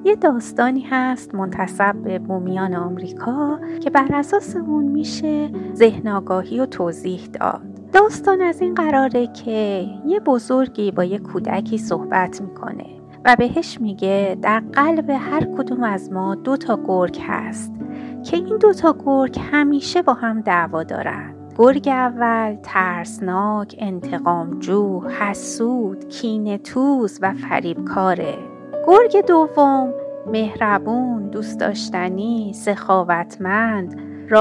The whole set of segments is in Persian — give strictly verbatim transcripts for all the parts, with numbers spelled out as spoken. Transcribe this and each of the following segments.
یه داستانی هست منتسب به بومیان آمریکا که بر اساس اون میشه ذهن آگاهی رو توضیح داد. داستان از این قراره که یه بزرگی با یه کودکی صحبت میکنه و بهش میگه در قلب هر کدوم از ما دو تا گرگ هست که این دو تا گرگ همیشه با هم دعوا دارن. گرگ اول ترسناک، انتقامجو، حسود، کینه‌توز و فریبکاره. گرگ دوم مهربون، دوست داشتنی، سخاوتمند،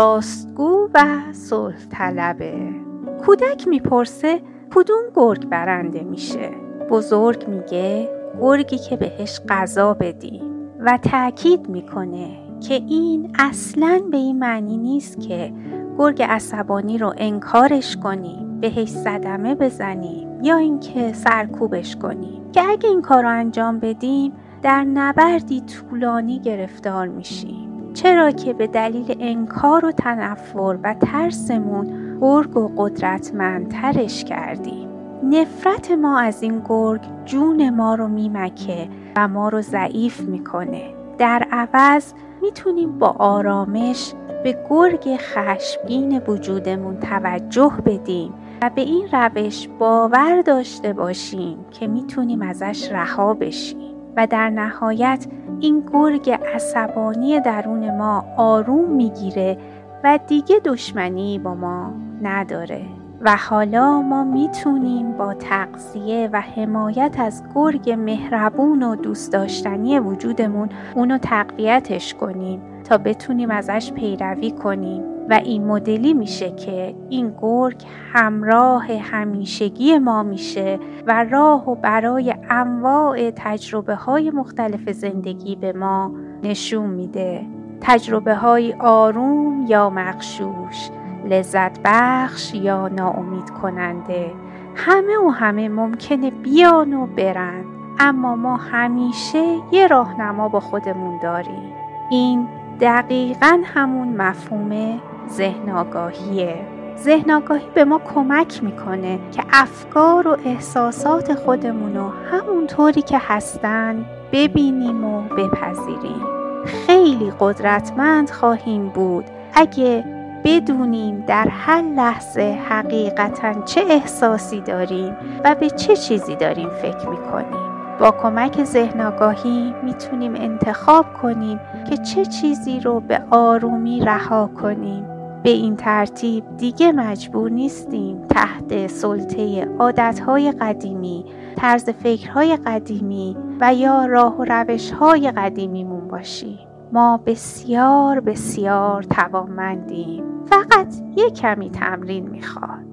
راستگو و صلح طلبه. کودک میپرسه کدوم گرگ برنده میشه؟ بزرگ میگه گرگی که بهش غذا بدیم و تأکید میکنه که این اصلاً به این معنی نیست که گرگ عصبانی رو انکارش کنیم، بهش صدمه بزنیم یا اینکه سرکوبش کنیم که اگه این کار رو انجام بدیم در نبردی طولانی گرفتار میشیم، چرا که به دلیل انکار و تنفر و ترسمون گرگ و قدرتمندترش کردیم. نفرت ما از این گرگ جون ما رو میمکه و ما رو ضعیف میکنه. در عوض میتونیم با آرامش به گرگ خشمگین وجودمون توجه بدیم و به این روش باور داشته باشیم که میتونیم ازش رها بشیم و در نهایت این گرگ عصبانی درون ما آروم میگیره و دیگه دشمنی با ما نداره. و حالا ما میتونیم با تغذیه و حمایت از گرگ مهربون و دوست داشتنی وجودمون اونو تقویتش کنیم تا بتونیم ازش پیروی کنیم و این مدلی میشه که این گرگ همراه همیشگی ما میشه و راه و برای انواع تجربه های مختلف زندگی به ما نشون میده. تجربه های آروم یا مغشوش، لذت بخش یا ناامید کننده، همه و همه ممکنه بیان و برن، اما ما همیشه یه راهنما با خودمون داریم. این دقیقاً همون مفهوم ذهن آگاهیه. ذهن آگاهی به ما کمک میکنه که افکار و احساسات خودمون رو همونطوری که هستن ببینیم و بپذیریم. خیلی قدرتمند خواهیم بود اگه بدونیم در هر لحظه حقیقتاً چه احساسی داریم و به چه چیزی داریم فکر میکنیم. با کمک ذهن آگاهی میتونیم انتخاب کنیم که چه چیزی رو به آرومی رها کنیم. به این ترتیب دیگه مجبور نیستیم تحت سلطه عادتهای قدیمی، طرز فکرهای قدیمی و یا راه و روشهای قدیمیمون باشیم. ما بسیار بسیار توانمندیم. فقط یک کمی تمرین میخواد.